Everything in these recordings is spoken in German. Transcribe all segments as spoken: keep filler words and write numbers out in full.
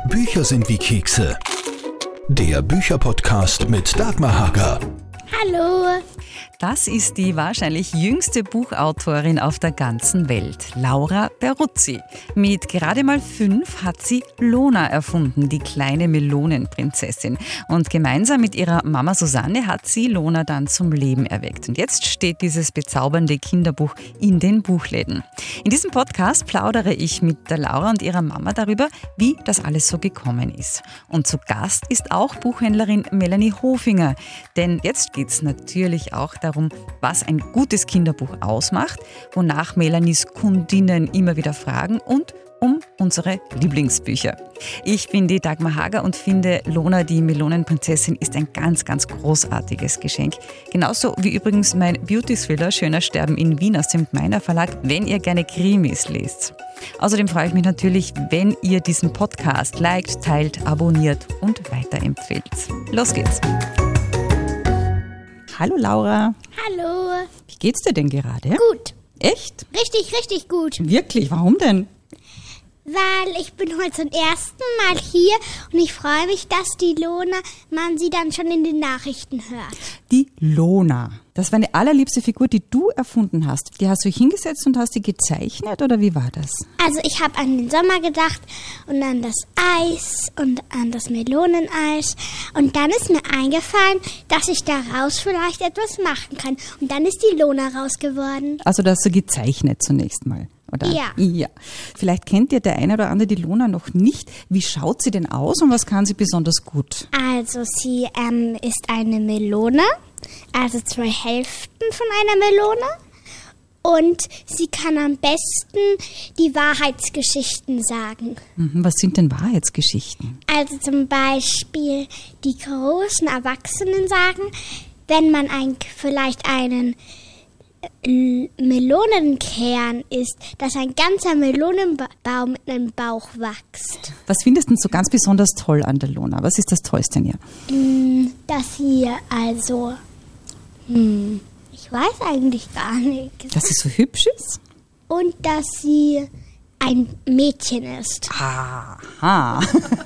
Bücher sind wie Kekse. Der Bücherpodcast mit Dagmar Hager. Hallo. Das ist die wahrscheinlich jüngste Buchautorin auf der ganzen Welt, Laura Peruzzi. Mit gerade mal fünf hat sie Lona erfunden, die kleine Melonenprinzessin. Und gemeinsam mit ihrer Mama Susanne hat sie Lona dann zum Leben erweckt. Und jetzt steht dieses bezaubernde Kinderbuch in den Buchläden. In diesem Podcast plaudere ich mit der Laura und ihrer Mama darüber, wie das alles so gekommen ist. Und zu Gast ist auch Buchhändlerin Melanie Hofinger. Denn jetzt geht es natürlich auch darum, was ein gutes Kinderbuch ausmacht, wonach Melanies Kundinnen immer wieder fragen und um unsere Lieblingsbücher. Ich bin die Dagmar Hager und finde, Lona, die Melonenprinzessin, ist ein ganz, ganz großartiges Geschenk. Genauso wie übrigens mein Beauty-Thriller Schöner Sterben in Wien aus dem Gmeiner Verlag, wenn ihr gerne Krimis lest. Außerdem freue ich mich natürlich, wenn ihr diesen Podcast liked, teilt, abonniert und weiterempfehlt. Los geht's! Hallo Laura. Hallo. Wie geht's dir denn gerade? Gut. Echt? Richtig, richtig gut. Wirklich? Warum denn? Weil ich bin heute zum ersten Mal hier und ich freue mich, dass die Lona, man sie dann schon in den Nachrichten hört. Die Lona. Das war eine allerliebste Figur, die du erfunden hast. Die hast du hingesetzt und hast die gezeichnet oder wie war das? Also ich habe an den Sommer gedacht und an das Eis und an das Meloneneis. Und dann ist mir eingefallen, dass ich daraus vielleicht etwas machen kann. Und dann ist die Lona raus geworden. Also das hast du gezeichnet zunächst mal, oder? Ja. Ja. Vielleicht kennt ihr der eine oder andere die Lona noch nicht. Wie schaut sie denn aus und was kann sie besonders gut? Also sie ähm, ist eine Melone. Also zwei Hälften von einer Melone. Und sie kann am besten die Wahrheitsgeschichten sagen. Mhm, was sind denn Wahrheitsgeschichten? Also zum Beispiel die großen Erwachsenen sagen, wenn man ein, vielleicht einen Melonenkern isst, dass ein ganzer Melonenbaum mit einem Bauch wächst. Was findest du denn so ganz besonders toll an der Lona? Was ist das Tollste an ihr? Dass sie also... Hm, ich weiß eigentlich gar nicht. Dass sie so hübsch ist? Und dass sie ein Mädchen ist. Aha.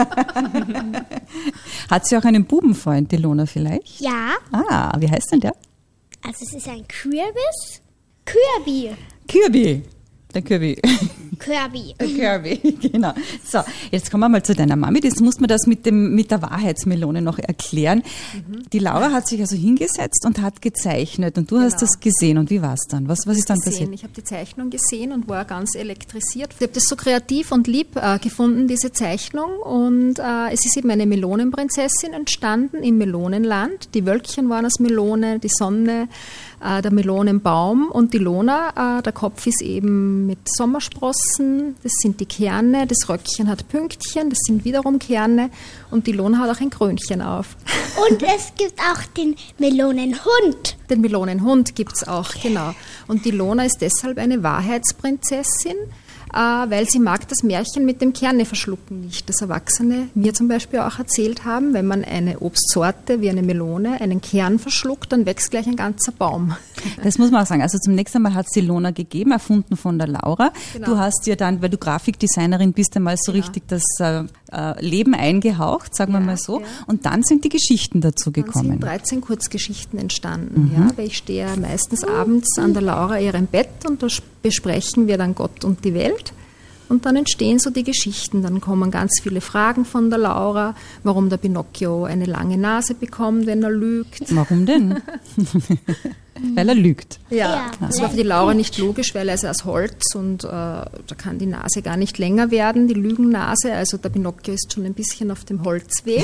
Hat sie auch einen Bubenfreund, die Lona vielleicht? Ja. Ah, wie heißt denn der? Also es ist ein Kürbis. Kirby. Kirby. Der Kirby. Kirby. Kirby, genau. So, jetzt kommen wir mal zu deiner Mami. Jetzt muss man das mit, dem, mit der Wahrheitsmelone noch erklären. Mhm. Die Laura hat sich also hingesetzt und hat gezeichnet und du genau. hast das gesehen. Und wie war es dann? Was, was ist dann gesehen. passiert? Ich habe die Zeichnung gesehen und war ganz elektrisiert. Ich habe das so kreativ und lieb äh, gefunden, diese Zeichnung. Und äh, es ist eben eine Melonenprinzessin entstanden im Melonenland. Die Wölkchen waren aus Melone, die Sonne, äh, der Melonenbaum und die Lona. Äh, der Kopf ist eben mit Sommersprossen, das sind die Kerne, das Röckchen hat Pünktchen, das sind wiederum Kerne und die Lona hat auch ein Krönchen auf. Und es gibt auch den Melonenhund. Den Melonenhund gibt es auch, genau. Und die Lona ist deshalb eine Wahrheitsprinzessin, äh, weil sie mag das Märchen mit dem Kerne verschlucken nicht. Das Erwachsene mir zum Beispiel auch erzählt haben, wenn man eine Obstsorte wie eine Melone, einen Kern verschluckt, dann wächst gleich ein ganzer Baum. Das muss man auch sagen. Also zum nächsten Mal hat es die Lona gegeben, erfunden von der Laura. Genau. Du hast dir dann, weil du Grafikdesignerin bist, einmal so genau. richtig das äh, Leben eingehaucht, sagen ja, wir mal so. Ja. Und dann sind die Geschichten dazu gekommen. Dann sind dreizehn Kurzgeschichten entstanden. Mhm. Ja, weil ich stehe meistens abends an der Laura ihrem Bett und da besprechen wir dann Gott und die Welt. Und dann entstehen so die Geschichten. Dann kommen ganz viele Fragen von der Laura, warum der Pinocchio eine lange Nase bekommt, wenn er lügt. Warum denn? Weil er lügt. Ja, Ja. das war für die Laura nicht logisch, weil er ist aus Holz und äh, da kann die Nase gar nicht länger werden, die Lügennase. Also der Pinocchio ist schon ein bisschen auf dem Holzweg.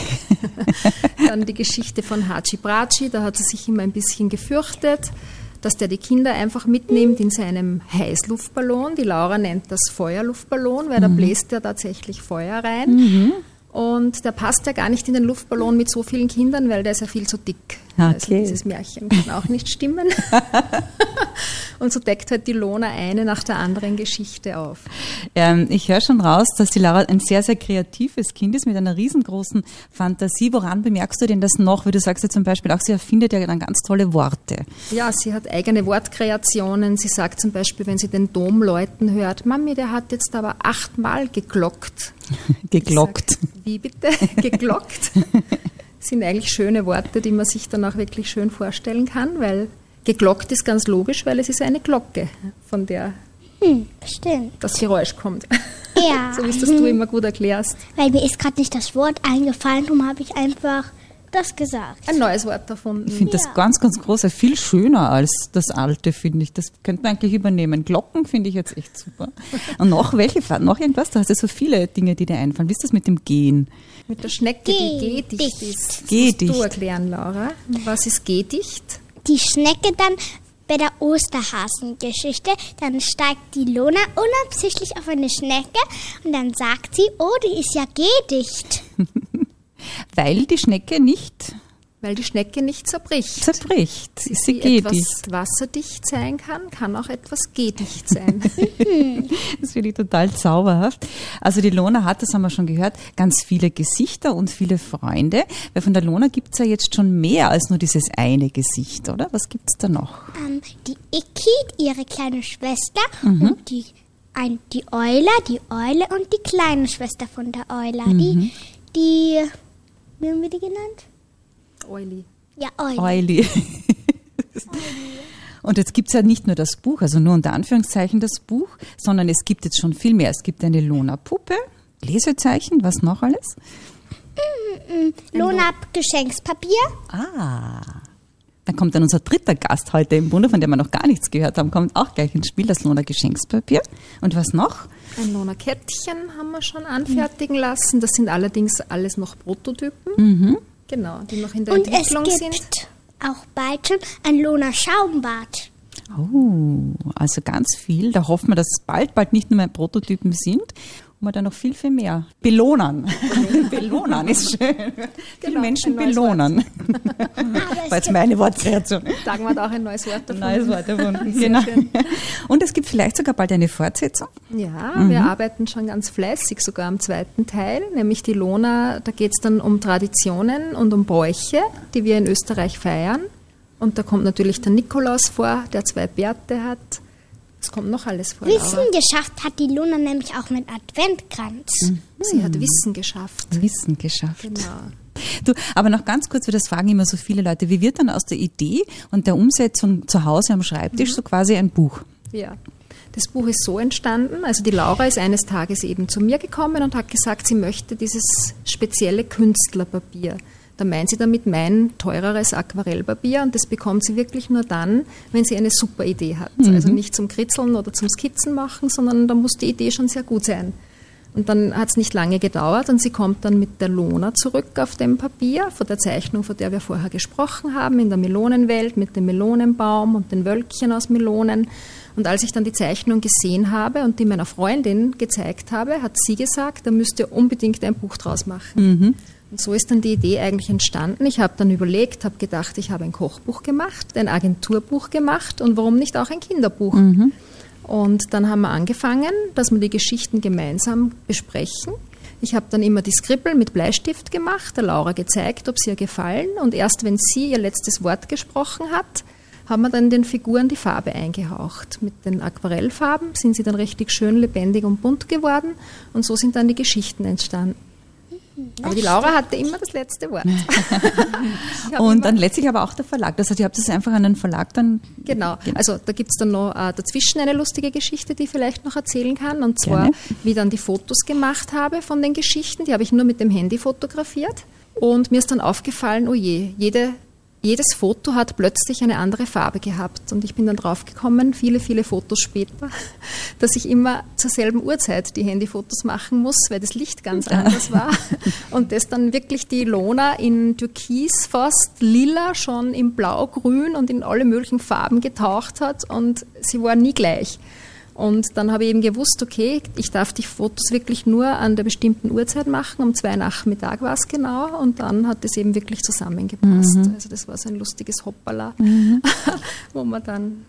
Dann die Geschichte von Haci Braci, da hat er sich immer ein bisschen gefürchtet, dass der die Kinder einfach mitnimmt in seinem Heißluftballon. Die Laura nennt das Feuerluftballon, weil da bläst er tatsächlich Feuer rein. Mhm. Und der passt ja gar nicht in den Luftballon mit so vielen Kindern, weil der ist ja viel zu dick. Okay. Also dieses Märchen kann auch nicht stimmen. Und so deckt halt die Lona eine nach der anderen Geschichte auf. Ähm, ich höre schon raus, dass die Laura ein sehr, sehr kreatives Kind ist mit einer riesengroßen Fantasie. Woran bemerkst du denn das noch? Wie du sagst ja zum Beispiel auch, sie erfindet ja dann ganz tolle Worte. Ja, sie hat eigene Wortkreationen. Sie sagt zum Beispiel, wenn sie den Dom läuten hört, Mami, der hat jetzt aber achtmal geglockt. Geglockt. Sag, wie bitte? Geglockt? Das sind eigentlich schöne Worte, die man sich dann auch wirklich schön vorstellen kann, weil geglockt ist ganz logisch, weil es ist eine Glocke, von der Hm, stimmt. das Geräusch kommt. Ja. So wie es das du immer gut erklärst. Weil mir ist gerade nicht das Wort eingefallen, darum habe ich einfach das gesagt. Ein neues Wort erfunden. Ich finde Ja. das ganz, ganz große, viel schöner als das alte, finde ich. Das könnte man eigentlich übernehmen. Glocken finde ich jetzt echt super. Und noch welche, noch irgendwas? Du hast ja so viele Dinge, die dir einfallen. Wie ist das mit dem Gehen? Mit der Schnecke, die Gehdicht. gehdicht ist. Das Gehdicht. musst du erklären, Laura. Was ist gehdicht? Die Schnecke dann bei der Osterhasengeschichte, dann steigt die Lona unabsichtlich auf eine Schnecke und dann sagt sie, oh, die ist ja gehdicht. Weil die Schnecke nicht Weil die Schnecke nicht zerbricht. zerbricht. Ist sie Die gehdicht. etwas wasserdicht sein kann, kann auch etwas gehdicht sein. Das finde ich total zauberhaft. Also die Lona hat, das haben wir schon gehört, ganz viele Gesichter und viele Freunde. Weil von der Lona gibt es ja jetzt schon mehr als nur dieses eine Gesicht, oder? Was gibt es da noch? Ähm, die Iki, ihre kleine Schwester und die, ein, die Eule, die Eule und die kleine Schwester von der Eule. Die, die, wie haben wir die genannt? Euli. Ja, Eule. Euli. Und jetzt gibt es ja nicht nur das Buch, also nur unter Anführungszeichen das Buch, sondern es gibt jetzt schon viel mehr. Es gibt eine Lona-Puppe, Lesezeichen, was noch alles? Lona Geschenkspapier. Ah, dann kommt dann unser dritter Gast heute im Bunde, von dem wir noch gar nichts gehört haben, kommt auch gleich ins Spiel, das Lona Geschenkspapier. Und was noch? Ein Lona Kettchen haben wir schon anfertigen lassen. Das sind allerdings alles noch Prototypen. Mhm. Genau, die noch in der Und es Entwicklung gibt sind. auch bald schon ein Lona Schaumbad. Oh, also ganz viel. Da hoffen wir, dass es bald, bald nicht nur mehr Prototypen sind und wir dann noch viel, viel mehr belohnen. Belohnen ist schön. Viele Genau, Menschen ein neues belohnen. Aber es War jetzt gibt, meine Wortkreation. Dagmar hat auch ein neues Wort davon. Neues Wort erfunden. Sehr Genau. schön. Und es gibt vielleicht sogar bald eine Fortsetzung. Ja, wir arbeiten schon ganz fleißig sogar am zweiten Teil, nämlich die Lona, da geht es dann um Traditionen und um Bräuche, die wir in Österreich feiern. Und da kommt natürlich der Nikolaus vor, der zwei Bärte hat. Es kommt noch alles vor. Wissen Laura. geschafft hat die Luna nämlich auch mit Adventkranz. Sie hat Wissen geschafft. Wissen geschafft. Genau. Du, aber noch ganz kurz, weil das fragen immer so viele Leute, wie wird dann aus der Idee und der Umsetzung zu Hause am Schreibtisch so quasi ein Buch? Ja. Das Buch ist so entstanden, also die Laura ist eines Tages eben zu mir gekommen und hat gesagt, sie möchte dieses spezielle Künstlerpapier. Da meint sie damit mein teureres Aquarellpapier und das bekommt sie wirklich nur dann, wenn sie eine super Idee hat. Mhm. Also nicht zum Kritzeln oder zum Skizzen machen, sondern da muss die Idee schon sehr gut sein. Und dann hat es nicht lange gedauert und sie kommt dann mit der Lona zurück auf dem Papier, von der Zeichnung, von der wir vorher gesprochen haben, in der Melonenwelt mit dem Melonenbaum und den Wölkchen aus Melonen. Und als ich dann die Zeichnung gesehen habe und die meiner Freundin gezeigt habe, hat sie gesagt, da müsst ihr unbedingt ein Buch draus machen. Mhm. Und so ist dann die Idee eigentlich entstanden. Ich habe dann überlegt, habe gedacht, ich habe ein Kochbuch gemacht, ein Agenturbuch gemacht und warum nicht auch ein Kinderbuch? Mhm. Und dann haben wir angefangen, dass wir die Geschichten gemeinsam besprechen. Ich habe dann immer die Skribbel mit Bleistift gemacht, der Laura gezeigt, ob sie ihr gefallen. Und erst wenn sie ihr letztes Wort gesprochen hat, haben wir dann den Figuren die Farbe eingehaucht. Mit den Aquarellfarben sind sie dann richtig schön lebendig und bunt geworden. Und so sind dann die Geschichten entstanden. Aber die Laura hatte immer das letzte Wort. Und dann letztlich aber auch der Verlag. Das heißt, ihr habt das einfach an den Verlag dann... Genau, also da gibt es dann noch äh, dazwischen eine lustige Geschichte, die ich vielleicht noch erzählen kann. Und zwar, Gerne. wie ich dann die Fotos gemacht habe von den Geschichten. Die habe ich nur mit dem Handy fotografiert. Und mir ist dann aufgefallen, oh je, jede... Jedes Foto hat plötzlich eine andere Farbe gehabt und ich bin dann draufgekommen, viele, viele Fotos später, dass ich immer zur selben Uhrzeit die Handyfotos machen muss, weil das Licht ganz anders war und das dann wirklich die Lona in Türkis fast, lila, schon in Blau, Grün und in alle möglichen Farben getaucht hat und sie war nie gleich. Und dann habe ich eben gewusst, okay, ich darf die Fotos wirklich nur an der bestimmten Uhrzeit machen, um zwei Nachmittag war es genau und dann hat es eben wirklich zusammengepasst. Mhm. Also das war so ein lustiges Hoppala, mhm. wo man dann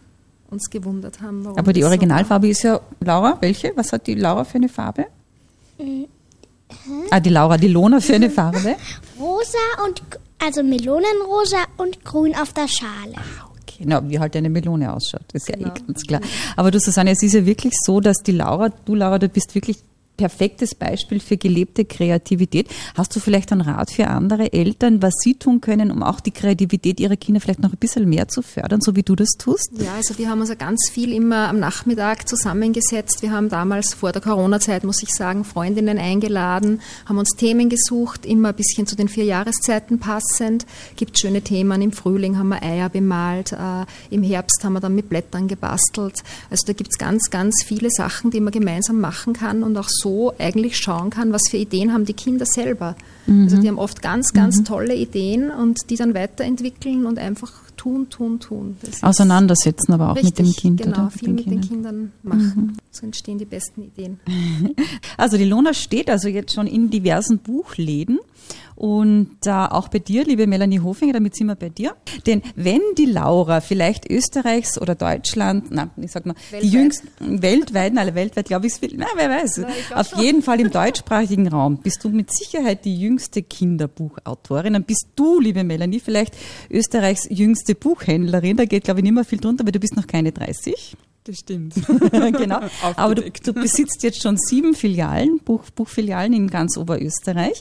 uns gewundert haben. Warum Aber die das so Originalfarbe ist ja, Laura, welche? Was hat die Laura für eine Farbe? Mhm. Ah, die Laura, die Lona für eine Farbe? Rosa und, also Melonenrosa und grün auf der Schale. Okay, na, wie halt eine Melone ausschaut, ist Genau. ja eh ganz klar. Aber du, Susanne, es ist ja wirklich so, dass die Laura, du Laura, du bist wirklich perfektes Beispiel für gelebte Kreativität. Hast du vielleicht einen Rat für andere Eltern, was sie tun können, um auch die Kreativität ihrer Kinder vielleicht noch ein bisschen mehr zu fördern, so wie du das tust? Ja, also wir haben uns ja ganz viel immer am Nachmittag zusammengesetzt. Wir haben damals vor der Corona-Zeit, muss ich sagen, Freundinnen eingeladen, haben uns Themen gesucht, immer ein bisschen zu den vier Jahreszeiten passend. Gibt schöne Themen. Im Frühling haben wir Eier bemalt, äh, im Herbst haben wir dann mit Blättern gebastelt. Also da gibt es ganz, ganz viele Sachen, die man gemeinsam machen kann und auch so eigentlich schauen kann, was für Ideen haben die Kinder selber. Mhm. Also die haben oft ganz, ganz mhm. tolle Ideen und die dann weiterentwickeln und einfach tun, tun, tun. Das Auseinandersetzen aber auch richtig, mit dem Kind. Genau, oder? viel mit den, mit den Kindern machen. Mhm. So entstehen die besten Ideen. Also die Lona steht also jetzt schon in diversen Buchläden. Und äh, auch bei dir, liebe Melanie Hofinger, damit sind wir bei dir. Denn wenn die Laura vielleicht Österreichs oder Deutschland, nein, ich sag mal, weltweit. die jüngsten, weltweit, alle weltweit, glaube ich, na, wer weiß, na, auf schon. jeden Fall im deutschsprachigen Raum bist du mit Sicherheit die jüngste Kinderbuchautorin. Dann bist du, liebe Melanie, vielleicht Österreichs jüngste Buchhändlerin. Da geht, glaube ich, nicht mehr viel drunter, weil du bist noch keine dreißig. Das stimmt. Genau. Aber du, du besitzt jetzt schon sieben Filialen, Buch, Buchfilialen in ganz Oberösterreich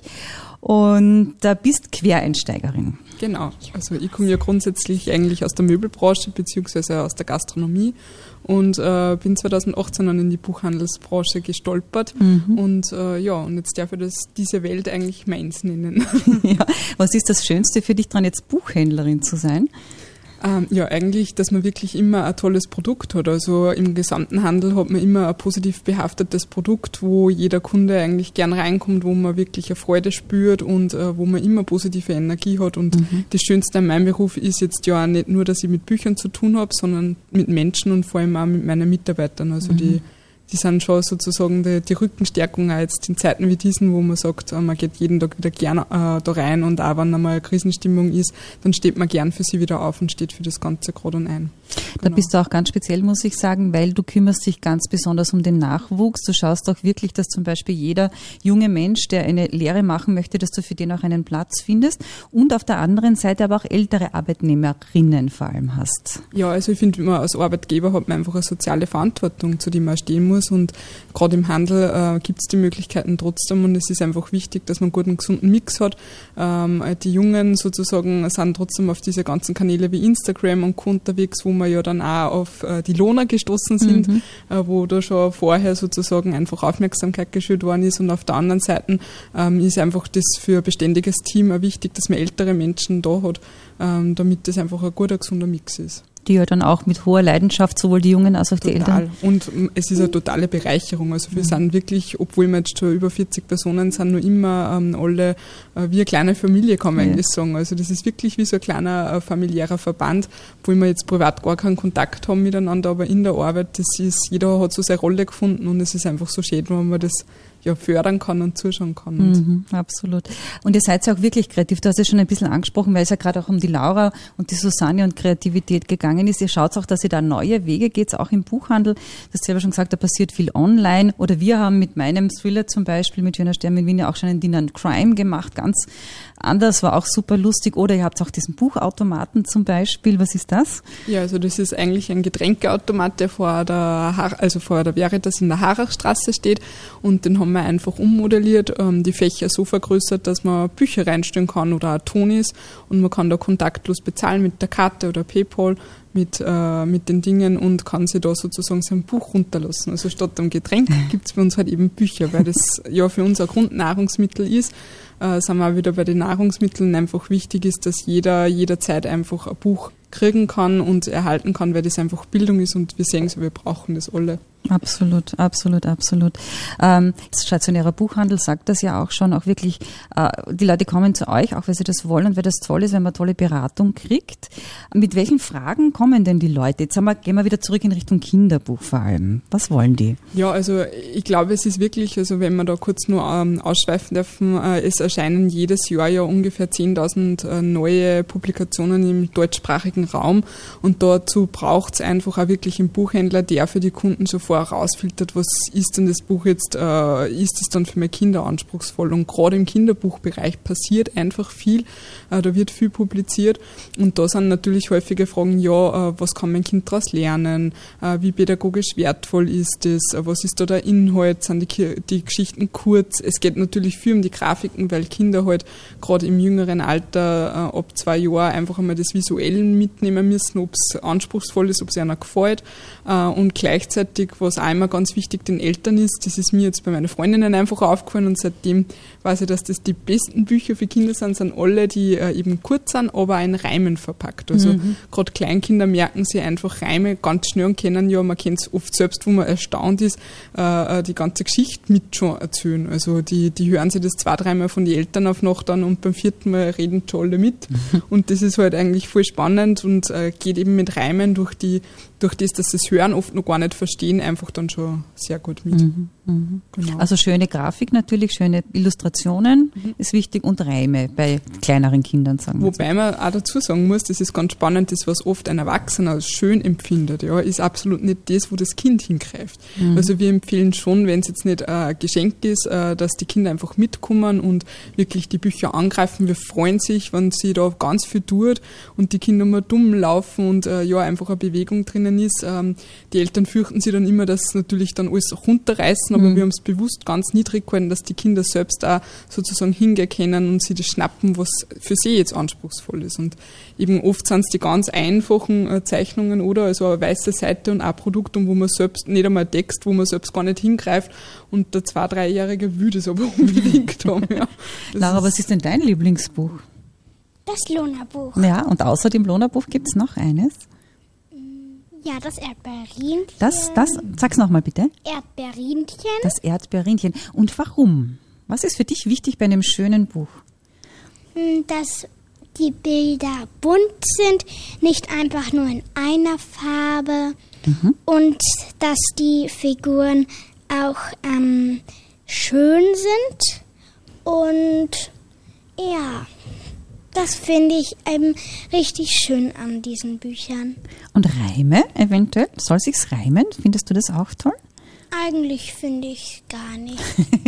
und da bist Quereinsteigerin. Genau. Also ich komme ja grundsätzlich eigentlich aus der Möbelbranche beziehungsweise aus der Gastronomie und äh, bin zweitausendachtzehn dann in die Buchhandelsbranche gestolpert mhm. und äh, ja, und jetzt darf ich das, diese Welt eigentlich meins nennen. Ja. Was ist das Schönste für dich dran, jetzt Buchhändlerin zu sein? Ähm, ja, eigentlich, dass man wirklich immer ein tolles Produkt hat. Also im gesamten Handel hat man immer ein positiv behaftetes Produkt, wo jeder Kunde eigentlich gern reinkommt, wo man wirklich eine Freude spürt und äh, wo man immer positive Energie hat. Und mhm. das Schönste an meinem Beruf ist jetzt ja auch nicht nur, dass ich mit Büchern zu tun habe, sondern mit Menschen und vor allem auch mit meinen Mitarbeitern. Also mhm. die Die sind schon sozusagen die, die Rückenstärkung auch jetzt in Zeiten wie diesen, wo man sagt, man geht jeden Tag wieder gern äh, da rein und auch wenn einmal eine Krisenstimmung ist, dann steht man gern für sie wieder auf und steht für das Ganze gerade und ein. Da genau. bist du auch ganz speziell, muss ich sagen, weil du kümmerst dich ganz besonders um den Nachwuchs. Du schaust auch wirklich, dass zum Beispiel jeder junge Mensch, der eine Lehre machen möchte, dass du für den auch einen Platz findest und auf der anderen Seite aber auch ältere Arbeitnehmerinnen vor allem hast. Ja, also ich finde, man als Arbeitgeber hat man einfach eine soziale Verantwortung, zu der man stehen muss. Und gerade im Handel äh, gibt es die Möglichkeiten trotzdem und es ist einfach wichtig, dass man einen guten, gesunden Mix hat. Ähm, die Jungen sozusagen sind trotzdem auf diese ganzen Kanäle wie Instagram und Co. unterwegs, wo wir ja dann auch auf äh, die Lona gestoßen sind, mhm. äh, wo da schon vorher sozusagen einfach Aufmerksamkeit geschürt worden ist und auf der anderen Seite ähm, ist einfach das für ein beständiges Team auch wichtig, dass man ältere Menschen da hat, ähm, damit das einfach ein guter, gesunder Mix ist. Die ja dann auch mit hoher Leidenschaft, sowohl die Jungen als auch die Total. Eltern. Und es ist eine totale Bereicherung. Also wir mhm. sind wirklich, obwohl wir jetzt schon über vierzig Personen sind, noch immer ähm, alle äh, wie eine kleine Familie, kann man ja. eigentlich sagen. Also das ist wirklich wie so ein kleiner äh, familiärer Verband, obwohl wir jetzt privat gar keinen Kontakt haben miteinander, aber in der Arbeit, das ist, jeder hat so seine Rolle gefunden und es ist einfach so schön, wenn man das ja, fördern kann und zuschauen kann. Mhm, absolut. Und ihr seid ja auch wirklich kreativ. Du hast es schon ein bisschen angesprochen, weil es ja gerade auch um die Laura und die Susanne und Kreativität gegangen ist. Ihr schaut auch, dass ihr da neue Wege geht, auch im Buchhandel. Du hast selber schon gesagt, da passiert viel online. Oder wir haben mit meinem Thriller zum Beispiel, mit Jöner Stern in Wien ja auch schon einen Dinner and Crime gemacht. Ganz anders, war auch super lustig. Oder ihr habt auch diesen Buchautomaten zum Beispiel. Was ist das? Ja, also das ist eigentlich ein Getränkeautomat, der vor der, Har- also vor der Veritas in der Harachstraße steht. Und den haben wir einfach ummodelliert, ähm, die Fächer so vergrößert, dass man Bücher reinstellen kann oder auch Tonis und man kann da kontaktlos bezahlen mit der Karte oder PayPal mit, äh, mit den Dingen und kann sich da sozusagen sein Buch runterlassen. Also statt am Getränk gibt es bei uns halt eben Bücher, weil das ja für uns ein Grundnahrungsmittel ist. Äh, sind wir auch wieder bei den Nahrungsmitteln einfach wichtig ist, dass jeder jederzeit einfach ein Buch kriegen kann und erhalten kann, weil das einfach Bildung ist und wir sehen es, wir brauchen das alle. Absolut, absolut, absolut. Ähm, stationärer Buchhandel sagt das ja auch schon, auch wirklich, äh, die Leute kommen zu euch, auch weil sie das wollen und weil das toll ist, wenn man tolle Beratung kriegt. Mit welchen Fragen kommen denn die Leute? Jetzt haben wir, gehen wir wieder zurück in Richtung Kinderbuch vor allem. Was wollen die? Ja, also ich glaube, es ist wirklich, also wenn wir da kurz nur ähm, ausschweifen dürfen, äh, es erscheinen jedes Jahr ja ungefähr zehntausend äh, neue Publikationen im deutschsprachigen Raum und dazu braucht es einfach auch wirklich einen Buchhändler, der für die Kunden sofort rausfiltert, was ist denn das Buch jetzt, äh, ist es dann für meine Kinder anspruchsvoll? Und gerade im Kinderbuchbereich passiert einfach viel, äh, da wird viel publiziert und da sind natürlich häufige Fragen, ja, äh, was kann mein Kind daraus lernen, äh, wie pädagogisch wertvoll ist es, äh, was ist da der Inhalt, sind die, die Geschichten kurz, es geht natürlich viel um die Grafiken, weil Kinder halt gerade im jüngeren Alter, äh, ab zwei Jahren einfach einmal das Visuelle mitnehmen müssen, ob es anspruchsvoll ist, ob es einer gefällt äh, und gleichzeitig, was auch immer ganz wichtig den Eltern ist, das ist mir jetzt bei meinen Freundinnen einfach aufgefallen und seitdem weiß ich, dass das die besten Bücher für Kinder sind, sind alle, die äh, eben kurz sind, aber in Reimen verpackt. Also mhm. gerade Kleinkinder merken sich einfach Reime ganz schnell und kennen ja, man kennt es oft selbst, wo man erstaunt ist, äh, die ganze Geschichte mit schon erzählen. Also die, die hören sich das zwei, dreimal von den Eltern auf Nacht an und beim vierten Mal reden schon alle mit. Mhm. Und das ist halt eigentlich voll spannend und äh, geht eben mit Reimen durch die durch das, dass sie es hören, oft noch gar nicht verstehen, einfach dann schon sehr gut mit. Mhm, mhm. Genau. Also schöne Grafik natürlich, schöne Illustrationen mhm. ist wichtig und Reime bei kleineren Kindern, sagen wir. Wobei man auch dazu sagen muss, das ist ganz spannend, das, was oft ein Erwachsener als schön empfindet, ja, ist absolut nicht das, wo das Kind hingreift. Mhm. Also wir empfehlen schon, wenn es jetzt nicht ein äh, Geschenk ist, äh, dass die Kinder einfach mitkommen und wirklich die Bücher angreifen. Wir freuen sich, wenn sie da ganz viel tut und die Kinder mal dumm laufen und äh, ja, einfach eine Bewegung drin ist. Ähm, die Eltern fürchten sich dann immer, dass sie natürlich dann alles runterreißen, aber mhm. wir haben es bewusst ganz niedrig gehalten, dass die Kinder selbst auch sozusagen hingehen können und sich das schnappen, was für sie jetzt anspruchsvoll ist. Und eben oft sind es die ganz einfachen äh, Zeichnungen oder also eine weiße Seite und ein Produkt, wo man selbst, nicht einmal Text, wo man selbst gar nicht hingreift und der Zwei-, Dreijährige will das aber unbedingt haben. Ja. Laura, was ist denn dein Lieblingsbuch? Das Lona-Buch. Ja, und außer dem Lona-Buch gibt es noch eines? Ja, das Erdbeerinchen. Das, das, sag's nochmal bitte. Erdbeerinchen. Das Erdbeerinchen. Und warum? Was ist für dich wichtig bei einem schönen Buch? Dass die Bilder bunt sind, nicht einfach nur in einer Farbe. Mhm. Und dass die Figuren auch ähm, schön sind. Und ja... Das finde ich eben richtig schön an diesen Büchern. Und Reime eventuell? Soll sich's reimen? Findest du das auch toll? Eigentlich finde ich gar nicht.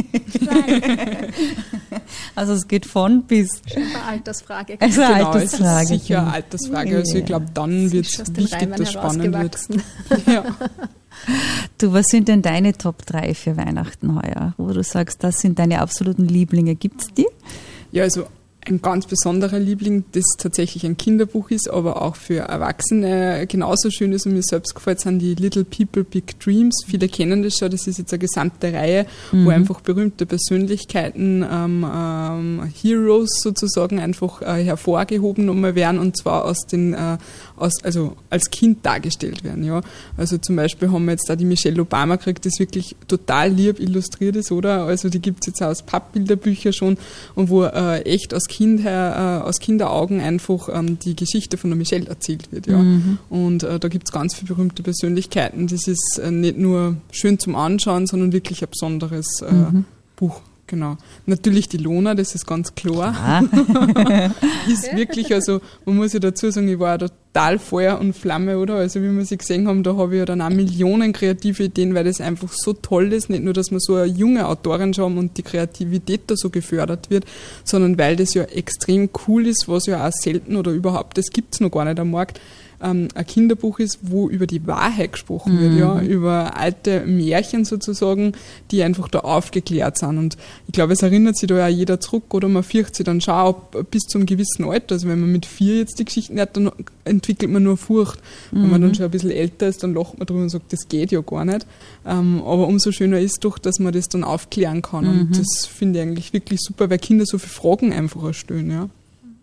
Also es geht von bis... Eine Altersfrage. Also genau, Altersfrage. Es ist sicher eine Altersfrage. Also ich glaube, dann wird es wichtig, dass spannend wird. Ja. Du, was sind denn deine Top drei für Weihnachten heuer? Wo du sagst, das sind deine absoluten Lieblinge. Gibt's die? Ja, also ein ganz besonderer Liebling, das tatsächlich ein Kinderbuch ist, aber auch für Erwachsene genauso schön ist und mir selbst gefällt, sind die Little People, Big Dreams. Viele kennen das schon, das ist jetzt eine gesamte Reihe, mhm. wo einfach berühmte Persönlichkeiten, ähm, ähm, Heroes sozusagen einfach äh, hervorgehoben nochmal werden und zwar aus den, äh, aus, also als Kind dargestellt werden. Ja. Also zum Beispiel haben wir jetzt da die Michelle Obama gekriegt, das wirklich total lieb illustriert ist, oder? Also die gibt es jetzt auch aus Pappbilderbüchern schon und wo äh, echt aus Kind her, äh, aus Kinderaugen einfach ähm, die Geschichte von der Michelle erzählt wird. Ja. Mhm. Und äh, da gibt es ganz viele berühmte Persönlichkeiten. Das ist äh, nicht nur schön zum Anschauen, sondern wirklich ein besonderes äh, mhm. Buch. Genau. Natürlich die Lona, das ist ganz klar. Ja. Ist wirklich, also man muss ja dazu sagen, ich war total Feuer und Flamme, oder? Also wie wir sie gesehen haben, da habe ich ja dann auch Millionen kreative Ideen, weil das einfach so toll ist. Nicht nur, dass wir so eine junge Autorin haben und die Kreativität da so gefördert wird, sondern weil das ja extrem cool ist, was ja auch selten oder überhaupt, das gibt es noch gar nicht am Markt, ähm, ein Kinderbuch ist, wo über die Wahrheit gesprochen mhm. wird, ja, über alte Märchen sozusagen, die einfach da aufgeklärt sind. Und ich glaube, es erinnert sich da ja jeder zurück, oder man fürchtet sich dann schon ab bis zu einem gewissen Alter. Also wenn man mit vier jetzt die Geschichten hat, dann entwickelt man nur Furcht. Mhm. Wenn man dann schon ein bisschen älter ist, dann lacht man drüber und sagt, das geht ja gar nicht. Ähm, aber umso schöner ist doch, dass man das dann aufklären kann. Mhm. Und das finde ich eigentlich wirklich super, weil Kinder so viele Fragen einfach stellen, ja.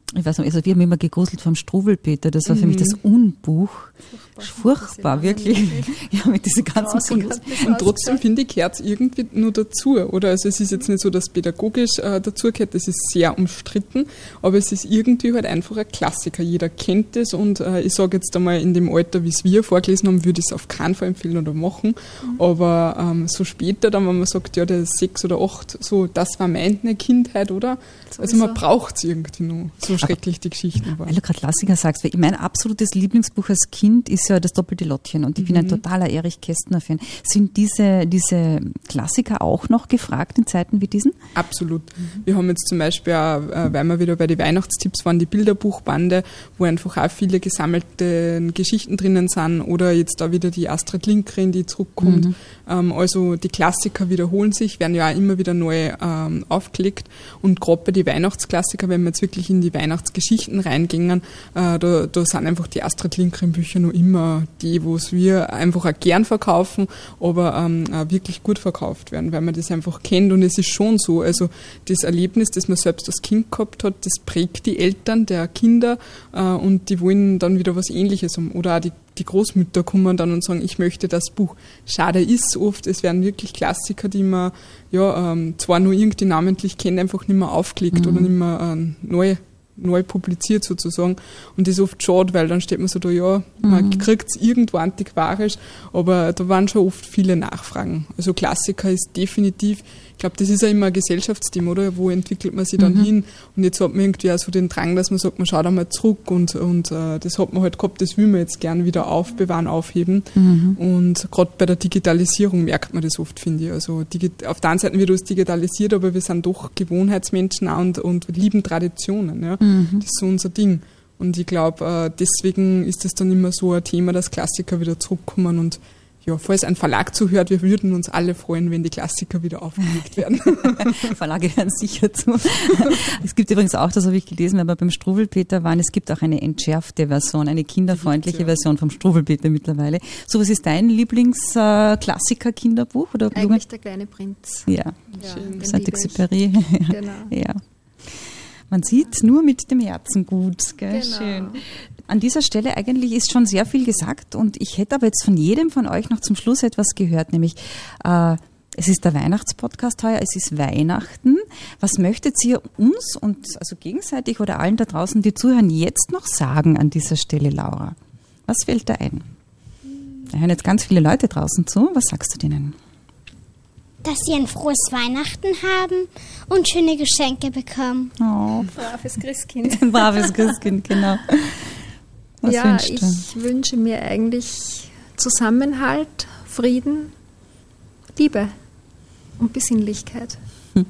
Ich weiß nicht, also wir haben immer gegruselt vom Struwwelpeter, das war für mich das Unbuch. Furchtbar, Furchtbar wirklich. Ja, mit diesen ganzen Kunst. Und trotzdem finde ich, gehört es irgendwie nur dazu, oder? Also es ist jetzt nicht so, dass pädagogisch äh, dazugehört, das ist sehr umstritten, aber es ist irgendwie halt einfach ein Klassiker. Jeder kennt es und äh, ich sage jetzt einmal, in dem Alter, wie es wir vorgelesen haben, würde ich es auf keinen Fall empfehlen oder machen. Mhm. Aber ähm, so später dann, wenn man sagt, ja, der ist sechs oder acht, so, das war meine Kindheit, oder? So also man braucht es irgendwie noch, so schrecklich die Geschichten waren. Weil du gerade Klassiker sagst, weil mein absolutes Lieblingsbuch als Kind ist ja das Doppelte Lottchen und ich mhm. bin ein totaler Erich Kästner-Fan. Sind diese, diese Klassiker auch noch gefragt in Zeiten wie diesen? Absolut. Mhm. Wir haben jetzt zum Beispiel auch, weil wir wieder bei den Weihnachtstipps waren, die Bilderbuchbande, wo einfach auch viele gesammelte Geschichten drinnen sind, oder jetzt da wieder die Astrid Lindgren, die zurückkommt. Mhm. Ähm, also die Klassiker wiederholen sich, werden ja auch immer wieder neu ähm, aufgelegt, und gerade bei den Weihnachtsklassiker, wenn wir jetzt wirklich in die Weihnachtsgeschichten reingingen, äh, da, da sind einfach die Astrid Lindgren Bücher noch immer die, wo es wir einfach auch gern verkaufen, aber ähm, auch wirklich gut verkauft werden, weil man das einfach kennt. Und es ist schon so, also das Erlebnis, das man selbst als Kind gehabt hat, das prägt die Eltern der Kinder äh, und die wollen dann wieder was Ähnliches haben. Oder auch die Die Großmütter kommen dann und sagen, ich möchte das Buch. Schade ist oft, es werden wirklich Klassiker, die man ja ähm, zwar nur irgendwie namentlich kennt, einfach nicht mehr aufgelegt mhm. oder nicht mehr ähm, neu, neu publiziert sozusagen. Und das ist oft schade, weil dann steht man so da, ja, mhm. man kriegt es irgendwo antiquarisch, aber da waren schon oft viele Nachfragen. Also Klassiker ist definitiv, ich glaube, das ist ja immer ein Gesellschaftsthema, oder? Wo entwickelt man sich dann mhm. hin? Und jetzt hat man irgendwie auch so den Drang, dass man sagt, man schaut einmal zurück, und, und äh, das hat man halt gehabt, das will man jetzt gern wieder aufbewahren, aufheben. Mhm. Und gerade bei der Digitalisierung merkt man das oft, finde ich. Also digi- auf der einen Seite wird alles digitalisiert, aber wir sind doch Gewohnheitsmenschen auch und, und lieben Traditionen. Ja? Mhm. Das ist so unser Ding. Und ich glaube, äh, deswegen ist es dann immer so ein Thema, dass Klassiker wieder zurückkommen. Und ja, falls ein Verlag zuhört, wir würden uns alle freuen, wenn die Klassiker wieder aufgelegt werden. Verlage hören sicher zu. Es gibt übrigens auch, das habe ich gelesen, wenn wir beim Struwwelpeter waren, es gibt auch eine entschärfte Version, eine kinderfreundliche ja. Version vom Struwwelpeter mittlerweile. So, was ist dein Lieblings-Klassiker-Kinderbuch? Oder Eigentlich der kleine Prinz. Ja, ja, Saint-Exupéry. Genau. Ja. Man sieht nur mit dem Herzen gut. Gell? Genau. Schön. An dieser Stelle eigentlich ist schon sehr viel gesagt, und ich hätte aber jetzt von jedem von euch noch zum Schluss etwas gehört, nämlich äh, es ist der Weihnachtspodcast heuer, es ist Weihnachten. Was möchtet ihr uns und also gegenseitig oder allen da draußen, die zuhören, jetzt noch sagen an dieser Stelle, Laura? Was fällt da ein? Da hören jetzt ganz viele Leute draußen zu. Was sagst du denen? Dass sie ein frohes Weihnachten haben und schöne Geschenke bekommen. Oh. Braves Christkind. Ein braves Christkind, genau. Was ja, ich wünsche mir eigentlich Zusammenhalt, Frieden, Liebe und Besinnlichkeit. Hm.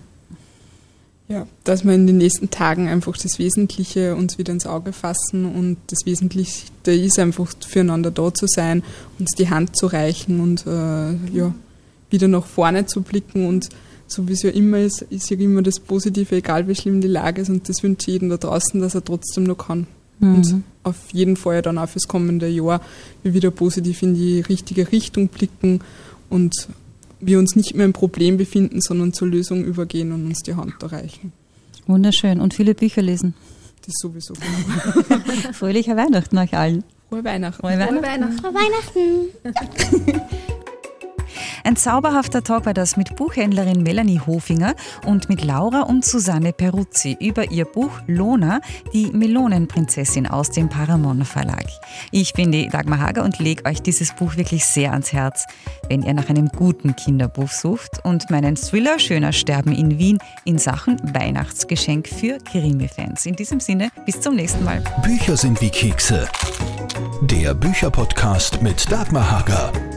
Ja, dass wir in den nächsten Tagen einfach das Wesentliche uns wieder ins Auge fassen, und das Wesentliche ist einfach füreinander da zu sein, uns die Hand zu reichen und äh, ja, wieder nach vorne zu blicken, und so wie es ja immer ist, ist ja immer das Positive, egal wie schlimm die Lage ist, und das wünsche ich jedem da draußen, dass er trotzdem noch kann. Mhm. Und auf jeden Fall dann auch fürs kommende Jahr wir wieder positiv in die richtige Richtung blicken und wir uns nicht mehr im Problem befinden, sondern zur Lösung übergehen und uns die Hand da reichen. Wunderschön. Und viele Bücher lesen. Das sowieso. Fröhliche Weihnachten euch allen. Frohe Weihnachten. Frohe Weihnachten. Frohe Weihnachten. Frohe Weihnachten. Ein zauberhafter Talk war das mit Buchhändlerin Melanie Hofinger und mit Laura und Susanne Peruzzi über ihr Buch Lona, die Melonenprinzessin aus dem Paramon Verlag. Ich bin die Dagmar Hager und lege euch dieses Buch wirklich sehr ans Herz, wenn ihr nach einem guten Kinderbuch sucht und meinen Thriller Schöner Sterben in Wien in Sachen Weihnachtsgeschenk für Krimi-Fans. In diesem Sinne, bis zum nächsten Mal. Bücher sind wie Kekse. Der Bücherpodcast mit Dagmar Hager.